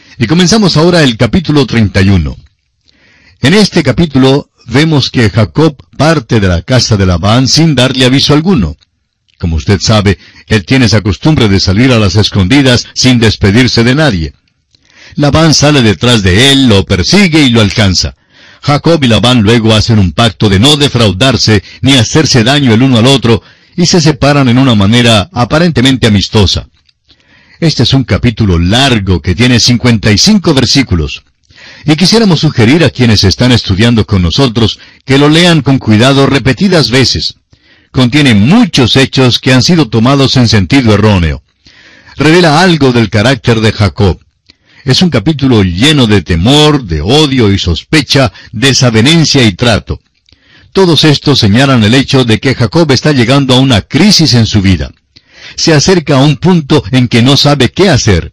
Y comenzamos ahora el capítulo 31. En este capítulo vemos que Jacob parte de la casa de Labán sin darle aviso alguno. Como usted sabe, él tiene esa costumbre de salir a las escondidas sin despedirse de nadie. Labán sale detrás de él, lo persigue y lo alcanza. Jacob y Labán luego hacen un pacto de no defraudarse ni hacerse daño el uno al otro, y se separan en una manera aparentemente amistosa. Este es un capítulo largo que tiene 55 versículos. Y quisiéramos sugerir a quienes están estudiando con nosotros que lo lean con cuidado repetidas veces. Contiene muchos hechos que han sido tomados en sentido erróneo. Revela algo del carácter de Jacob. Es un capítulo lleno de temor, de odio y sospecha, desavenencia y trato. Todos estos señalan el hecho de que Jacob está llegando a una crisis en su vida. Se acerca a un punto en que no sabe qué hacer.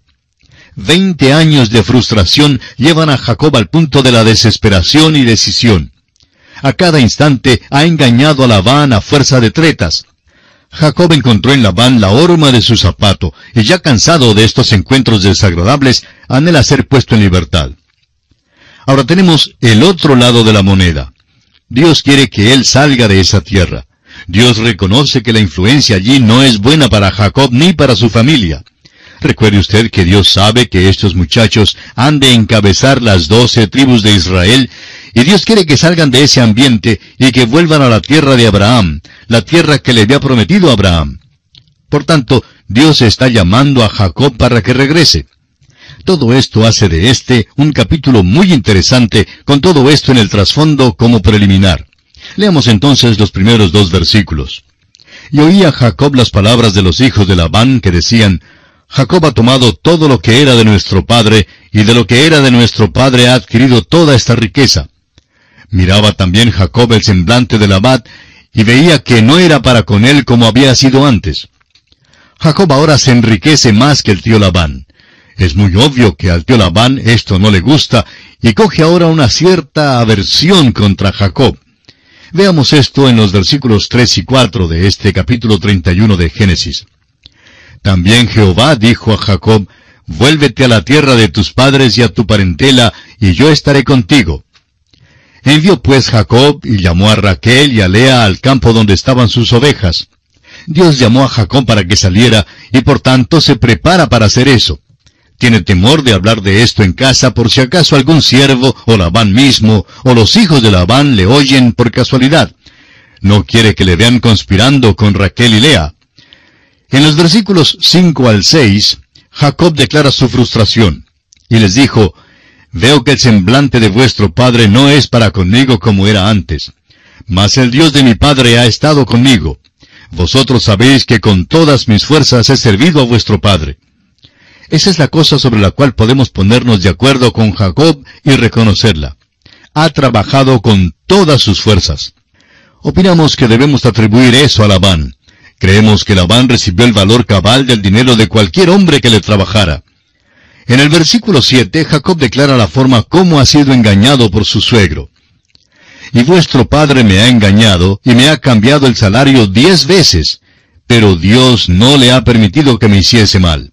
20 años de frustración llevan a Jacob al punto de la desesperación y decisión. A cada instante ha engañado a Labán a fuerza de tretas. Jacob encontró en Labán la horma de su zapato, y ya cansado de estos encuentros desagradables, anhela ser puesto en libertad. Ahora tenemos el otro lado de la moneda. Dios quiere que él salga de esa tierra. Dios reconoce que la influencia allí no es buena para Jacob ni para su familia. Recuerde usted que Dios sabe que estos muchachos han de encabezar las 12 tribus de Israel, y Dios quiere que salgan de ese ambiente y que vuelvan a la tierra de Abraham, la tierra que le había prometido a Abraham. Por tanto, Dios está llamando a Jacob para que regrese. Todo esto hace de este un capítulo muy interesante, con todo esto en el trasfondo como preliminar. Leamos entonces los primeros 2 versículos. Y oía Jacob las palabras de los hijos de Labán que decían: Jacob ha tomado todo lo que era de nuestro padre, y de lo que era de nuestro padre ha adquirido toda esta riqueza. Miraba también Jacob el semblante de Labán, y veía que no era para con él como había sido antes. Jacob ahora se enriquece más que el tío Labán. Es muy obvio que al tío Labán esto no le gusta, y coge ahora una cierta aversión contra Jacob. Veamos esto en los versículos 3 y 4 de este capítulo 31 de Génesis. También Jehová dijo a Jacob: Vuélvete a la tierra de tus padres y a tu parentela, y yo estaré contigo. Envió pues Jacob, y llamó a Raquel y a Lea al campo donde estaban sus ovejas. Dios llamó a Jacob para que saliera, y por tanto se prepara para hacer eso. Tiene temor de hablar de esto en casa por si acaso algún siervo, o Labán mismo, o los hijos de Labán le oyen por casualidad. No quiere que le vean conspirando con Raquel y Lea. En los versículos 5 al 6, Jacob declara su frustración, y les dijo: Veo que el semblante de vuestro padre no es para conmigo como era antes. Mas el Dios de mi padre ha estado conmigo. Vosotros sabéis que con todas mis fuerzas he servido a vuestro padre. Esa es la cosa sobre la cual podemos ponernos de acuerdo con Jacob y reconocerla. Ha trabajado con todas sus fuerzas. Opinamos que debemos atribuir eso a Labán. Creemos que Labán recibió el valor cabal del dinero de cualquier hombre que le trabajara. En el versículo 7, Jacob declara la forma cómo ha sido engañado por su suegro. Y vuestro padre me ha engañado, y me ha cambiado el salario 10 veces, pero Dios no le ha permitido que me hiciese mal.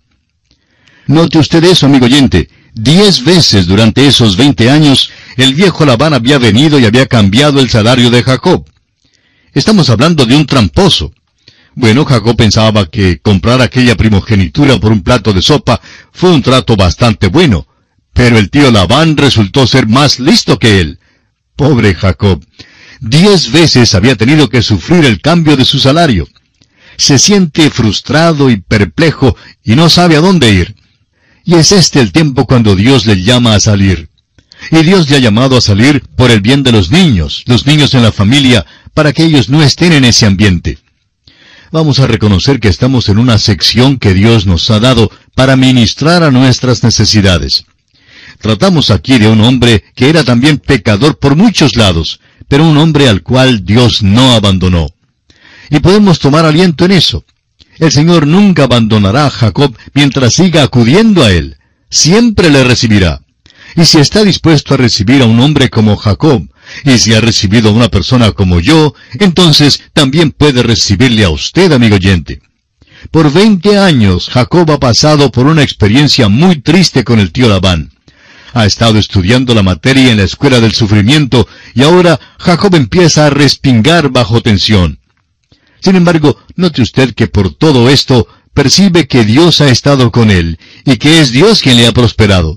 Note usted eso, amigo oyente. 10 veces durante esos 20 años, el viejo Labán había venido y había cambiado el salario de Jacob. Estamos hablando de un tramposo. Bueno, Jacob pensaba que comprar aquella primogenitura por un plato de sopa fue un trato bastante bueno, pero el tío Labán resultó ser más listo que él. Pobre Jacob. 10 veces había tenido que sufrir el cambio de su salario. Se siente frustrado y perplejo y no sabe a dónde ir. Y es este el tiempo cuando Dios le llama a salir. Y Dios le ha llamado a salir por el bien de los niños en la familia, para que ellos no estén en ese ambiente. Vamos a reconocer que estamos en una sección que Dios nos ha dado para ministrar a nuestras necesidades. Tratamos aquí de un hombre que era también pecador por muchos lados, pero un hombre al cual Dios no abandonó. Y podemos tomar aliento en eso. El Señor nunca abandonará a Jacob mientras siga acudiendo a él. Siempre le recibirá. Y si está dispuesto a recibir a un hombre como Jacob, y si ha recibido a una persona como yo, entonces también puede recibirle a usted, amigo oyente. Por 20 años Jacob ha pasado por una experiencia muy triste con el tío Labán. Ha estado estudiando la materia en la escuela del sufrimiento y ahora Jacob empieza a respingar bajo tensión. Sin embargo, note usted que por todo esto percibe que Dios ha estado con él y que es Dios quien le ha prosperado.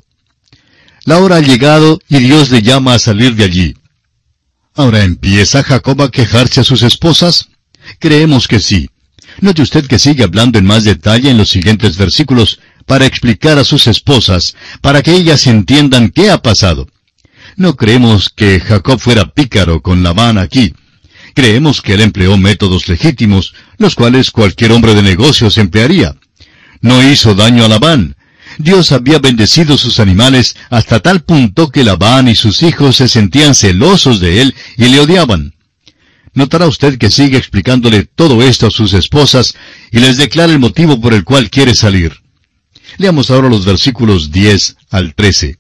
La hora ha llegado y Dios le llama a salir de allí. Ahora, ¿empieza Jacob a quejarse a sus esposas? Creemos que sí. Note usted que sigue hablando en más detalle en los siguientes versículos para explicar a sus esposas, para que ellas entiendan qué ha pasado. No creemos que Jacob fuera pícaro con Labán aquí. Creemos que él empleó métodos legítimos, los cuales cualquier hombre de negocios emplearía. No hizo daño a Labán. Dios había bendecido sus animales hasta tal punto que Labán y sus hijos se sentían celosos de él y le odiaban. Notará usted que sigue explicándole todo esto a sus esposas y les declara el motivo por el cual quiere salir. Leamos ahora los versículos 10 al 13.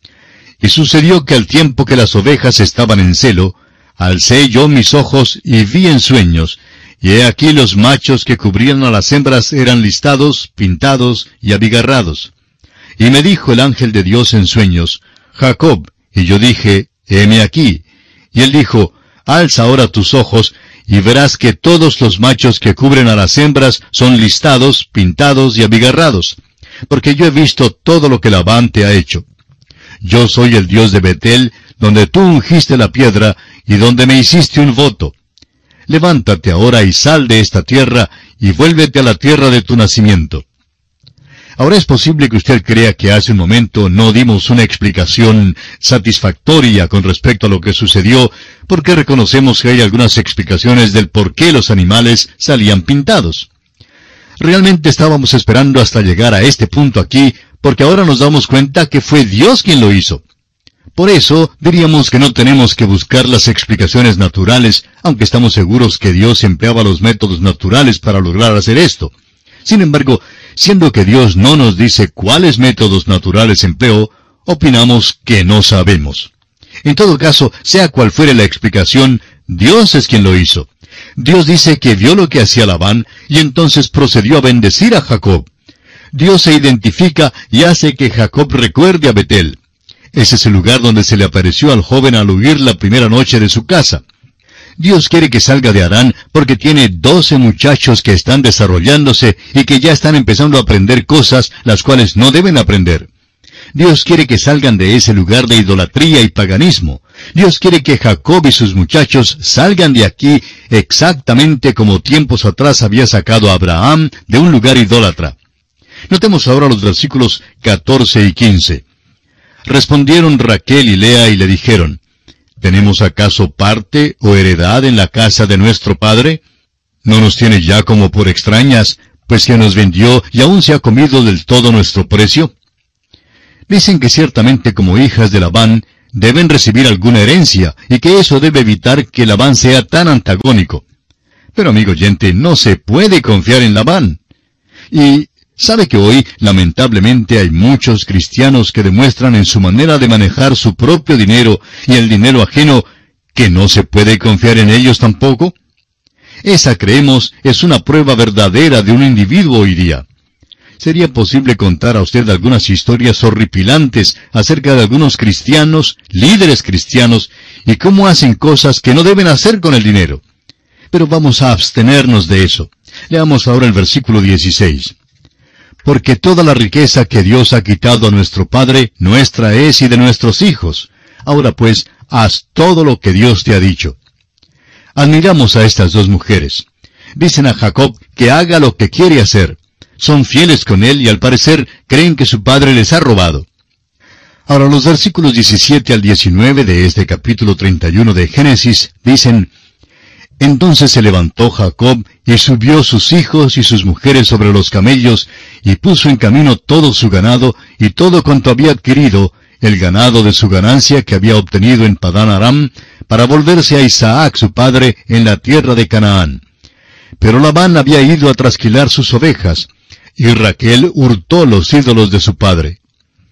Y sucedió que al tiempo que las ovejas estaban en celo, alcé yo mis ojos y vi en sueños, y he aquí los machos que cubrían a las hembras eran listados, pintados y abigarrados. Y me dijo el ángel de Dios en sueños, Jacob, y yo dije, heme aquí. Y él dijo, alza ahora tus ojos, y verás que todos los machos que cubren a las hembras son listados, pintados y abigarrados, porque yo he visto todo lo que Labán te ha hecho. Yo soy el Dios de Betel, donde tú ungiste la piedra, y donde me hiciste un voto. Levántate ahora y sal de esta tierra, y vuélvete a la tierra de tu nacimiento. Ahora es posible que usted crea que hace un momento no dimos una explicación satisfactoria con respecto a lo que sucedió, porque reconocemos que hay algunas explicaciones del por qué los animales salían pintados. Realmente estábamos esperando hasta llegar a este punto aquí, porque ahora nos damos cuenta que fue Dios quien lo hizo. Por eso, diríamos que no tenemos que buscar las explicaciones naturales, aunque estamos seguros que Dios empleaba los métodos naturales para lograr hacer esto. Sin embargo, siendo que Dios no nos dice cuáles métodos naturales empleó, opinamos que no sabemos. En todo caso, sea cual fuere la explicación, Dios es quien lo hizo. Dios dice que vio lo que hacía Labán, y entonces procedió a bendecir a Jacob. Dios se identifica y hace que Jacob recuerde a Betel. Ese es el lugar donde se le apareció al joven al huir la primera noche de su casa. Dios quiere que salga de Harán porque tiene 12 muchachos que están desarrollándose y que ya están empezando a aprender cosas las cuales no deben aprender. Dios quiere que salgan de ese lugar de idolatría y paganismo. Dios quiere que Jacob y sus muchachos salgan de aquí exactamente como tiempos atrás había sacado a Abraham de un lugar idólatra. Notemos ahora los versículos 14 y 15. Respondieron Raquel y Lea y le dijeron, ¿tenemos acaso parte o heredad en la casa de nuestro padre? ¿No nos tiene ya como por extrañas, pues que nos vendió y aún se ha comido del todo nuestro precio? Dicen que ciertamente como hijas de Labán deben recibir alguna herencia, y que eso debe evitar que Labán sea tan antagónico. Pero amigo oyente, no se puede confiar en Labán. Y ¿sabe que hoy, lamentablemente, hay muchos cristianos que demuestran en su manera de manejar su propio dinero y el dinero ajeno que no se puede confiar en ellos tampoco? Esa, creemos, es una prueba verdadera de un individuo hoy día. Sería posible contar a usted algunas historias horripilantes acerca de algunos cristianos, líderes cristianos, y cómo hacen cosas que no deben hacer con el dinero. Pero vamos a abstenernos de eso. Leamos ahora el versículo 16. Porque toda la riqueza que Dios ha quitado a nuestro Padre, nuestra es y de nuestros hijos. Ahora pues, haz todo lo que Dios te ha dicho. Admiramos a estas dos mujeres. Dicen a Jacob que haga lo que quiere hacer. Son fieles con él y al parecer creen que su padre les ha robado. Ahora los versículos 17 al 19 de este capítulo 31 de Génesis dicen, Entonces se levantó Jacob y subió sus hijos y sus mujeres sobre los camellos y puso en camino todo su ganado y todo cuanto había adquirido, el ganado de su ganancia que había obtenido en Padán Aram, para volverse a Isaac su padre en la tierra de Canaán. Pero Labán había ido a trasquilar sus ovejas, y Raquel hurtó los ídolos de su padre.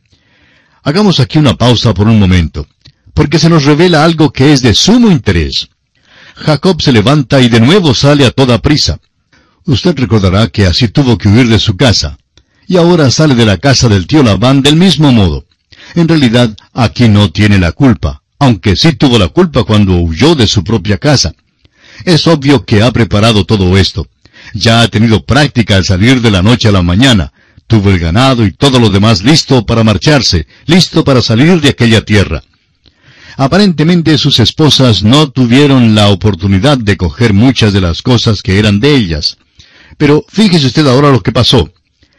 Hagamos aquí una pausa por un momento, porque se nos revela algo que es de sumo interés. Jacob se levanta y de nuevo sale a toda prisa. Usted recordará que así tuvo que huir de su casa. Y ahora sale de la casa del tío Labán del mismo modo. En realidad, aquí no tiene la culpa, aunque sí tuvo la culpa cuando huyó de su propia casa. Es obvio que ha preparado todo esto. Ya ha tenido práctica al salir de la noche a la mañana. Tuvo el ganado y todo lo demás listo para marcharse, listo para salir de aquella tierra. Aparentemente sus esposas no tuvieron la oportunidad de coger muchas de las cosas que eran de ellas. Pero fíjese usted ahora lo que pasó.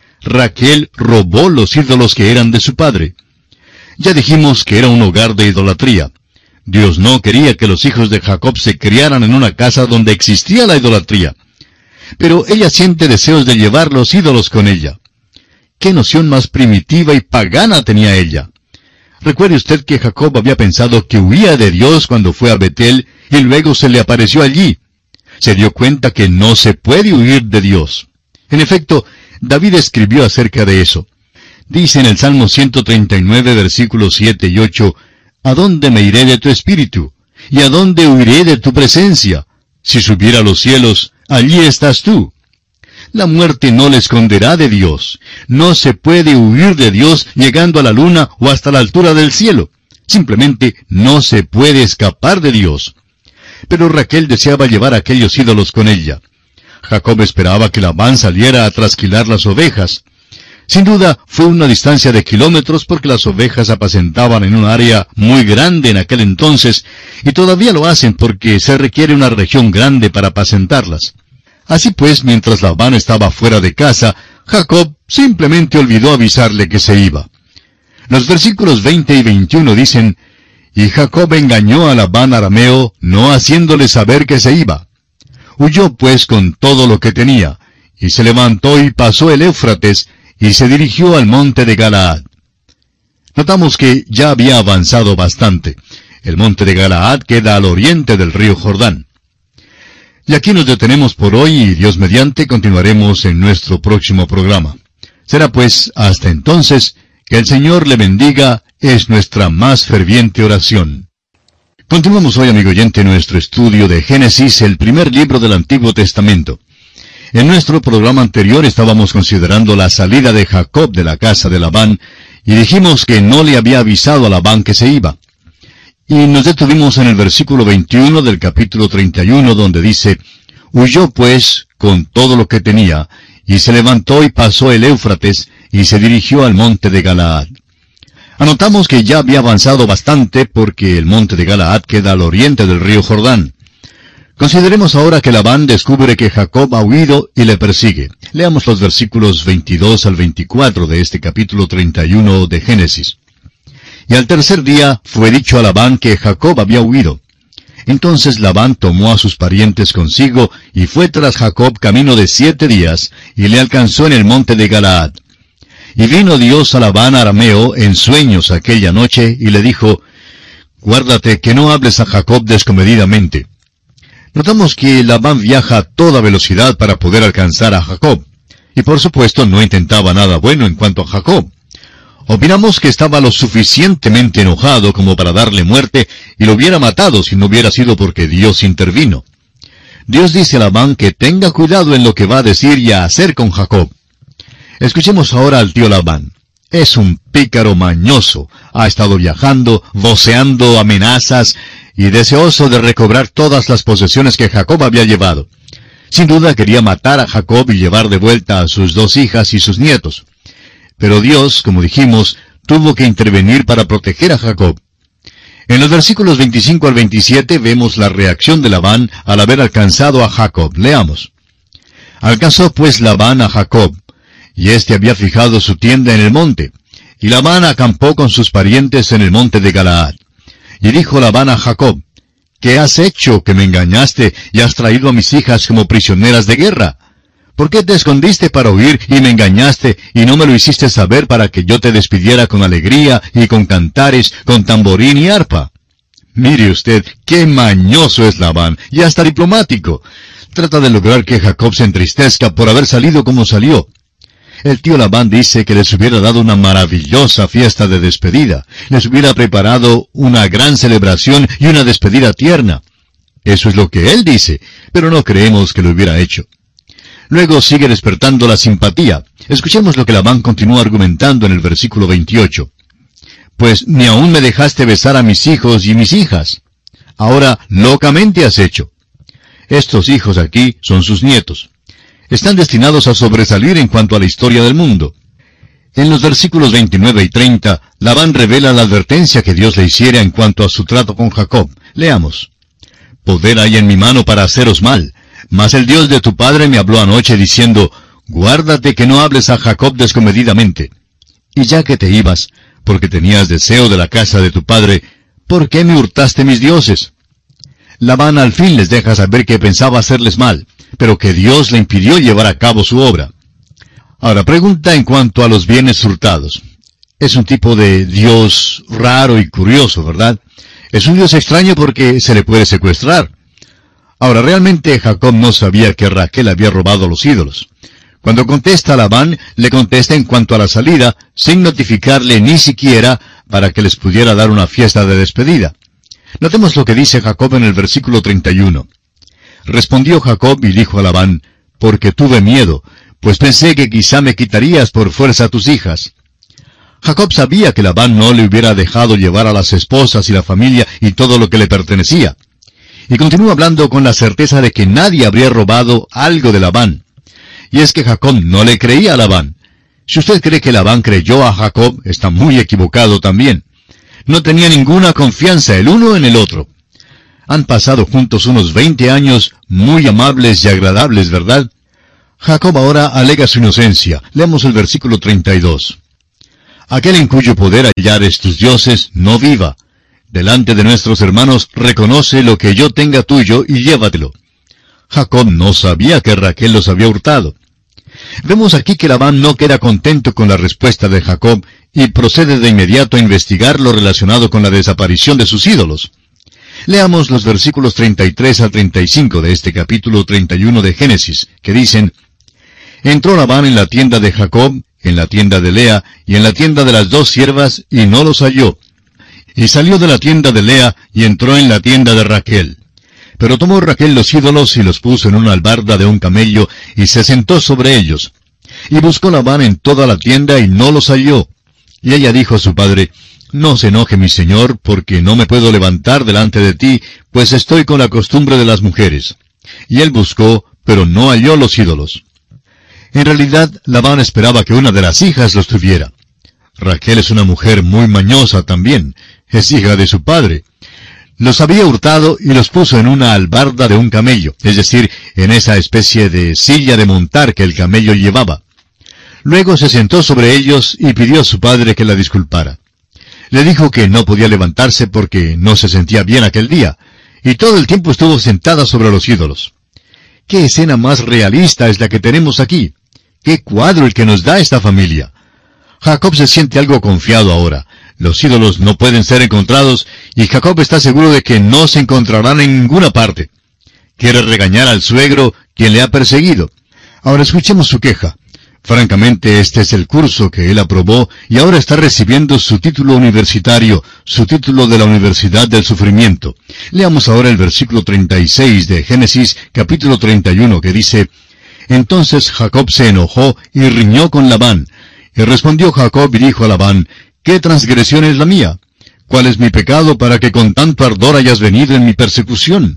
Raquel robó los ídolos que eran de su padre. Ya dijimos que era un hogar de idolatría. Dios no quería que los hijos de Jacob se criaran en una casa donde existía la idolatría. Pero ella siente deseos de llevar los ídolos con ella. ¿Qué noción más primitiva y pagana tenía ella? Recuerde usted que Jacob había pensado que huía de Dios cuando fue a Betel y luego se le apareció allí. Se dio cuenta que no se puede huir de Dios. En efecto, David escribió acerca de eso. Dice en el Salmo 139, versículos 7 y 8, ¿A dónde me iré de tu espíritu? ¿Y a dónde huiré de tu presencia? Si subiera a los cielos, allí estás tú. La muerte no le esconderá de Dios. No se puede huir de Dios llegando a la luna o hasta la altura del cielo. Simplemente no se puede escapar de Dios. Pero Raquel deseaba llevar aquellos ídolos con ella. Jacob esperaba que Labán saliera a trasquilar las ovejas. Sin duda, fue una distancia de kilómetros porque las ovejas apacentaban en un área muy grande en aquel entonces, y todavía lo hacen porque se requiere una región grande para apacentarlas. Así pues, mientras Labán estaba fuera de casa, Jacob simplemente olvidó avisarle que se iba. Los versículos 20 y 21 dicen, «Y Jacob engañó a Labán arameo, no haciéndole saber que se iba. Huyó pues con todo lo que tenía, y se levantó y pasó el Éufrates, y se dirigió al monte de Galaad». Notamos que ya había avanzado bastante. El monte de Galaad queda al oriente del río Jordán. Y aquí nos detenemos por hoy y Dios mediante continuaremos en nuestro próximo programa. Será pues hasta entonces que el Señor le bendiga, es nuestra más ferviente oración. Continuamos hoy, amigo oyente, nuestro estudio de Génesis, el primer libro del Antiguo Testamento. En nuestro programa anterior estábamos considerando la salida de Jacob de la casa de Labán, y dijimos que no le había avisado a Labán que se iba. Y nos detuvimos en el versículo 21 del capítulo 31, donde dice, «Huyó pues con todo lo que tenía, y se levantó y pasó el Éufrates, y se dirigió al monte de Galaad». Anotamos que ya había avanzado bastante porque el monte de Galaad queda al oriente del río Jordán. Consideremos ahora que Labán descubre que Jacob ha huido y le persigue. Leamos los versículos 22 al 24 de este capítulo 31 de Génesis. «Y al tercer día fue dicho a Labán que Jacob había huido. Entonces Labán tomó a sus parientes consigo, y fue tras Jacob camino de 7 días, y le alcanzó en el monte de Galaad. Y vino Dios a Labán arameo en sueños aquella noche, y le dijo, «Guárdate que no hables a Jacob descomedidamente». Notamos que Labán viaja a toda velocidad para poder alcanzar a Jacob, y por supuesto no intentaba nada bueno en cuanto a Jacob. Opinamos que estaba lo suficientemente enojado como para darle muerte y lo hubiera matado si no hubiera sido porque Dios intervino. Dios dice a Labán que tenga cuidado en lo que va a decir y a hacer con Jacob. Escuchemos ahora al tío Labán. Es un pícaro mañoso. Ha estado viajando, voceando amenazas y deseoso de recobrar todas las posesiones que Jacob había llevado. Sin duda quería matar a Jacob y llevar de vuelta a sus 2 hijas y sus nietos. Pero Dios, como dijimos, tuvo que intervenir para proteger a Jacob. En los versículos 25 al 27 vemos la reacción de Labán al haber alcanzado a Jacob. Leamos. «Alcanzó pues Labán a Jacob, y éste había fijado su tienda en el monte. Y Labán acampó con sus parientes en el monte de Galaad. Y dijo Labán a Jacob, ¿qué has hecho que me engañaste y has traído a mis hijas como prisioneras de guerra? ¿Por qué te escondiste para huir y me engañaste y no me lo hiciste saber para que yo te despidiera con alegría y con cantares, con tamborín y arpa? Mire usted, qué mañoso es Labán, y hasta diplomático. Trata de lograr que Jacob se entristezca por haber salido como salió. El tío Labán dice que les hubiera dado una maravillosa fiesta de despedida, les hubiera preparado una gran celebración y una despedida tierna. Eso es lo que él dice, pero no creemos que lo hubiera hecho. Luego sigue despertando la simpatía. Escuchemos lo que Labán continúa argumentando en el versículo 28. Pues ni aún me dejaste besar a mis hijos y mis hijas. Ahora locamente has hecho. Estos hijos aquí son sus nietos. Están destinados a sobresalir en cuanto a la historia del mundo. En los versículos 29 y 30, Labán revela la advertencia que Dios le hiciera en cuanto a su trato con Jacob. Leamos. Poder hay en mi mano para haceros mal, mas el Dios de tu padre me habló anoche diciendo, guárdate que no hables a Jacob descomedidamente. Y ya que te ibas, porque tenías deseo de la casa de tu padre, ¿por qué me hurtaste mis dioses? Labán al fin les deja saber que pensaba hacerles mal, pero que Dios le impidió llevar a cabo su obra. Ahora, pregunta en cuanto a los bienes hurtados. Es un tipo de Dios raro y curioso, ¿verdad? Es un Dios extraño porque se le puede secuestrar. Ahora, realmente Jacob no sabía que Raquel había robado los ídolos. Cuando contesta a Labán, le contesta en cuanto a la salida, sin notificarle ni siquiera para que les pudiera dar una fiesta de despedida. Notemos lo que dice Jacob en el versículo 31. Respondió Jacob y dijo a Labán, porque tuve miedo, pues pensé que quizá me quitarías por fuerza a tus hijas. Jacob sabía que Labán no le hubiera dejado llevar a las esposas y la familia y todo lo que le pertenecía. Y continúa hablando con la certeza de que nadie habría robado algo de Labán. Y es que Jacob no le creía a Labán. Si usted cree que Labán creyó a Jacob, está muy equivocado también. No tenía ninguna confianza el uno en el otro. Han pasado juntos unos 20 años muy amables y agradables, ¿verdad? Jacob ahora alega su inocencia. Leemos el versículo 32. Aquel en cuyo poder hallares tus dioses, no viva. Delante de nuestros hermanos reconoce lo que yo tenga tuyo y llévatelo. Jacob no sabía que Raquel los había hurtado. Vemos aquí que Labán no queda contento con la respuesta de Jacob y procede de inmediato a investigar lo relacionado con la desaparición de sus ídolos. Leamos los versículos 33 a 35 de este capítulo 31 de Génesis, que dicen, entró Labán en la tienda de Jacob, en la tienda de Lea y en la tienda de las dos siervas, y no los halló. Y salió de la tienda de Lea y entró en la tienda de Raquel. Pero tomó Raquel los ídolos y los puso en una albarda de un camello, y se sentó sobre ellos. Y buscó Labán en toda la tienda y no los halló. Y ella dijo a su padre, no se enoje mi señor, porque no me puedo levantar delante de ti, pues estoy con la costumbre de las mujeres. Y él buscó, pero no halló los ídolos. En realidad, Labán esperaba que una de las hijas los tuviera. Raquel es una mujer muy mañosa también, es hija de su padre. Los había hurtado y los puso en una albarda de un camello, es decir, en esa especie de silla de montar que el camello llevaba. Luego se sentó sobre ellos y pidió a su padre que la disculpara. Le dijo que no podía levantarse porque no se sentía bien aquel día, y todo el tiempo estuvo sentada sobre los ídolos. ¿Qué escena más realista es la que tenemos aquí? ¡Qué cuadro el que nos da esta familia! Jacob se siente algo confiado ahora. Los ídolos no pueden ser encontrados, y Jacob está seguro de que no se encontrarán en ninguna parte. Quiere regañar al suegro, quien le ha perseguido. Ahora escuchemos su queja. Francamente, este es el curso que él aprobó y ahora está recibiendo su título universitario, su título de la Universidad del Sufrimiento. Leamos ahora el versículo 36 de Génesis, capítulo 31, que dice, entonces Jacob se enojó y riñó con Labán. Y respondió Jacob y dijo a Labán, ¿qué transgresión es la mía? ¿Cuál es mi pecado para que con tanto ardor hayas venido en mi persecución?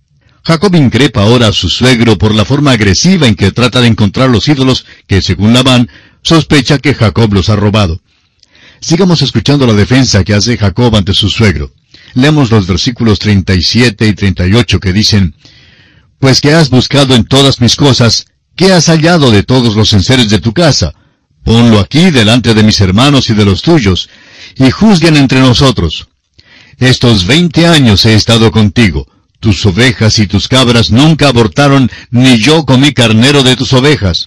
Jacob increpa ahora a su suegro por la forma agresiva en que trata de encontrar los ídolos que, según Labán, sospecha que Jacob los ha robado. Sigamos escuchando la defensa que hace Jacob ante su suegro. Leamos los versículos 37 y 38 que dicen, pues que has buscado en todas mis cosas, ¿qué has hallado de todos los enseres de tu casa? Ponlo aquí delante de mis hermanos y de los tuyos, y juzguen entre nosotros. Estos 20 años he estado contigo. Tus ovejas y tus cabras nunca abortaron, ni yo comí carnero de tus ovejas.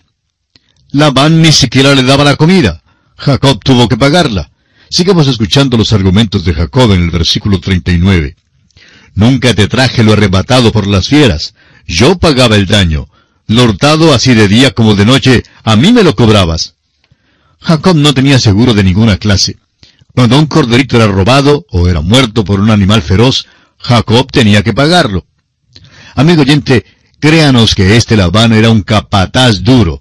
Labán ni siquiera le daba la comida. Jacob tuvo que pagarla. Sigamos escuchando los argumentos de Jacob en el versículo 39. Nunca te traje lo arrebatado por las fieras. Yo pagaba el daño. Lo hurtado así de día como de noche, a mí me lo cobrabas. Jacob no tenía seguro de ninguna clase. Cuando un corderito era robado o era muerto por un animal feroz, Jacob tenía que pagarlo. Amigo oyente, Créanos que este Labán era un capataz duro.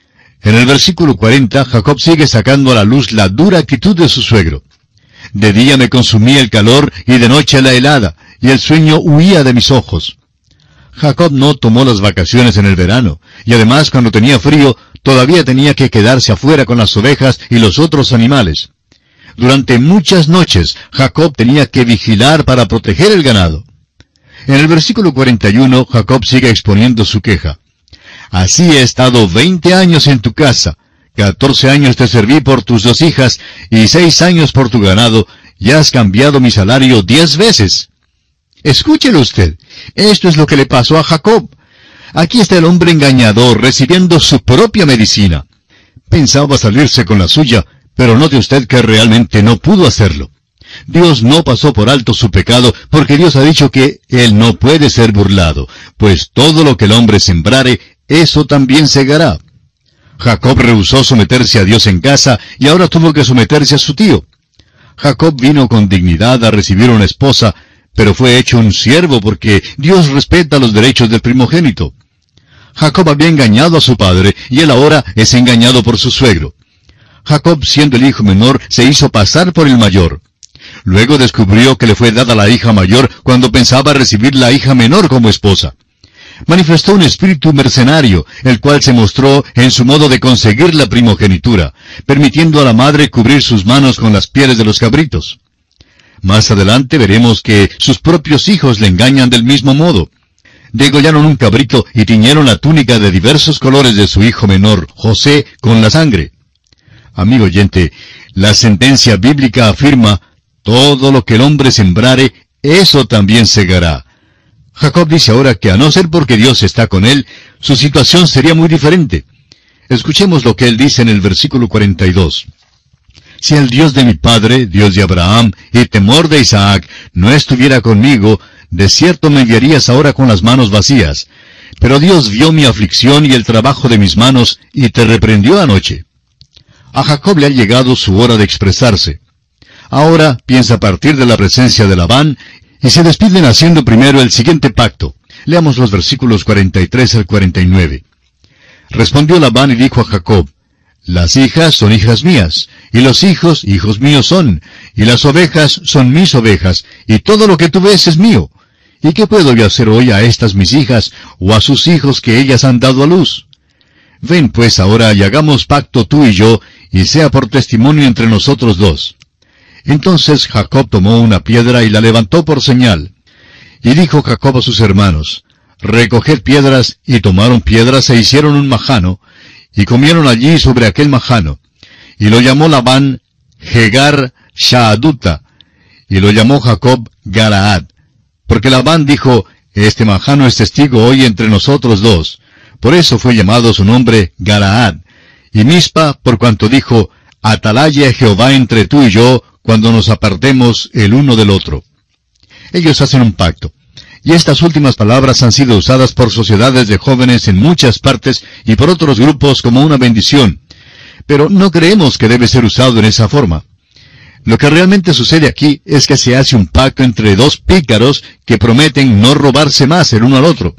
En el versículo 40, Jacob sigue sacando a la luz la dura actitud de su suegro. De día me consumía el calor y de noche la helada, y el sueño huía de mis ojos. Jacob no tomó las vacaciones en el verano, y además cuando tenía frío, todavía tenía que quedarse afuera con las ovejas y los otros animales. Durante muchas noches, Jacob tenía que vigilar para proteger el ganado. En el versículo 41, Jacob sigue exponiendo su queja. Así he estado 20 años en tu casa, 14 años te serví por tus 2 hijas, y 6 años por tu ganado, y has cambiado mi salario 10 veces. Escúchelo usted, esto es lo que le pasó a Jacob. Aquí está el hombre engañador recibiendo su propia medicina. Pensaba salirse con la suya, pero note usted que realmente no pudo hacerlo. Dios no pasó por alto su pecado, porque Dios ha dicho que Él no puede ser burlado, pues todo lo que el hombre sembrare, eso también segará. Jacob rehusó someterse a Dios en casa, y ahora tuvo que someterse a su tío. Jacob vino con dignidad a recibir una esposa, pero fue hecho un siervo porque Dios respeta los derechos del primogénito. Jacob había engañado a su padre, y él ahora es engañado por su suegro. Jacob, siendo el hijo menor, se hizo pasar por el mayor. Luego descubrió que le fue dada la hija mayor cuando pensaba recibir la hija menor como esposa. Manifestó un espíritu mercenario, el cual se mostró en su modo de conseguir la primogenitura, permitiendo a la madre cubrir sus manos con las pieles de los cabritos. Más adelante veremos que sus propios hijos le engañan del mismo modo. Degollaron un cabrito y tiñeron la túnica de diversos colores de su hijo menor, José, con la sangre. Amigo oyente, la sentencia bíblica afirma, todo lo que el hombre sembrare, eso también segará. Jacob dice ahora que a no ser porque Dios está con él, su situación sería muy diferente. Escuchemos lo que él dice en el versículo 42. Si el Dios de mi padre, Dios de Abraham, y temor de Isaac, no estuviera conmigo, de cierto me enviarías ahora con las manos vacías. Pero Dios vio mi aflicción y el trabajo de mis manos, y te reprendió anoche. A Jacob le ha llegado su hora de expresarse. Ahora piensa partir de la presencia de Labán, y se despiden haciendo primero el siguiente pacto. Leamos los versículos 43 al 49. Respondió Labán y dijo a Jacob, las hijas son hijas mías, y los hijos, hijos míos son, y las ovejas son mis ovejas, y todo lo que tú ves es mío. ¿Y qué puedo yo hacer hoy a estas mis hijas, o a sus hijos que ellas han dado a luz? Ven pues ahora y hagamos pacto tú y yo, y sea por testimonio entre nosotros dos. Entonces Jacob tomó una piedra y la levantó por señal. Y dijo Jacob a sus hermanos, recoged piedras, y tomaron piedras e hicieron un majano, y comieron allí sobre aquel majano. Y lo llamó Labán Jegar Shaaduta, y lo llamó Jacob Galaad. Porque Labán dijo, este majano es testigo hoy entre nosotros dos. Por eso fue llamado su nombre Galaad. Y Mispa, por cuanto dijo, atalaya Jehová entre tú y yo, cuando nos apartemos el uno del otro. Ellos hacen un pacto. Y estas últimas palabras han sido usadas por sociedades de jóvenes en muchas partes y por otros grupos como una bendición. Pero no creemos que debe ser usado en esa forma. Lo que realmente sucede aquí es que se hace un pacto entre dos pícaros que prometen no robarse más el uno al otro.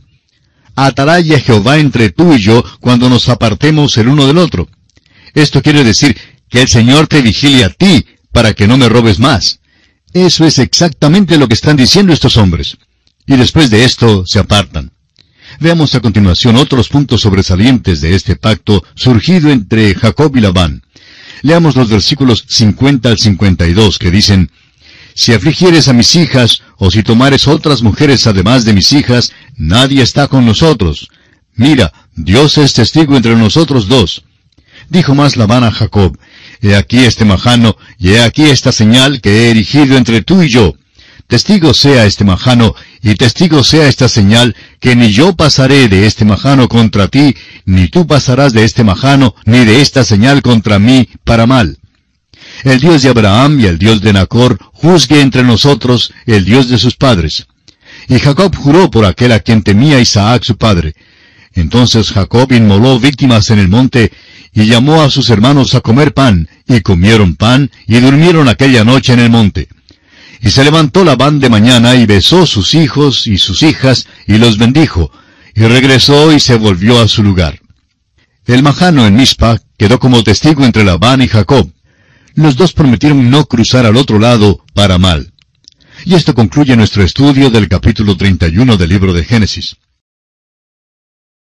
Atalaya Jehová entre tú y yo cuando nos apartemos el uno del otro. Esto quiere decir que el Señor te vigile a ti para que no me robes más. Eso es exactamente lo que están diciendo estos hombres. Y después de esto se apartan. Veamos a continuación otros puntos sobresalientes de este pacto surgido entre Jacob y Labán. Leamos los versículos 50 al 52 que dicen, si afligieres a mis hijas, o si tomares otras mujeres además de mis hijas, nadie está con nosotros. Mira, Dios es testigo entre nosotros dos. Dijo más Labán a Jacob, he aquí este majano, y he aquí esta señal que he erigido entre tú y yo. Testigo sea este majano, y testigo sea esta señal, que ni yo pasaré de este majano contra ti, ni tú pasarás de este majano, ni de esta señal contra mí, para mal. El Dios de Abraham y el Dios de Nacor juzgue entre nosotros, el Dios de sus padres. Y Jacob juró por aquel a quien temía Isaac su padre. Entonces Jacob inmoló víctimas en el monte, y llamó a sus hermanos a comer pan, y comieron pan, y durmieron aquella noche en el monte. Y se levantó Labán de mañana, y besó sus hijos y sus hijas, y los bendijo. y regresó y se volvió a su lugar. El majano en Mizpa quedó como testigo entre Labán y Jacob. Los dos prometieron no cruzar al otro lado para mal. Y esto concluye nuestro estudio del capítulo 31 del libro de Génesis.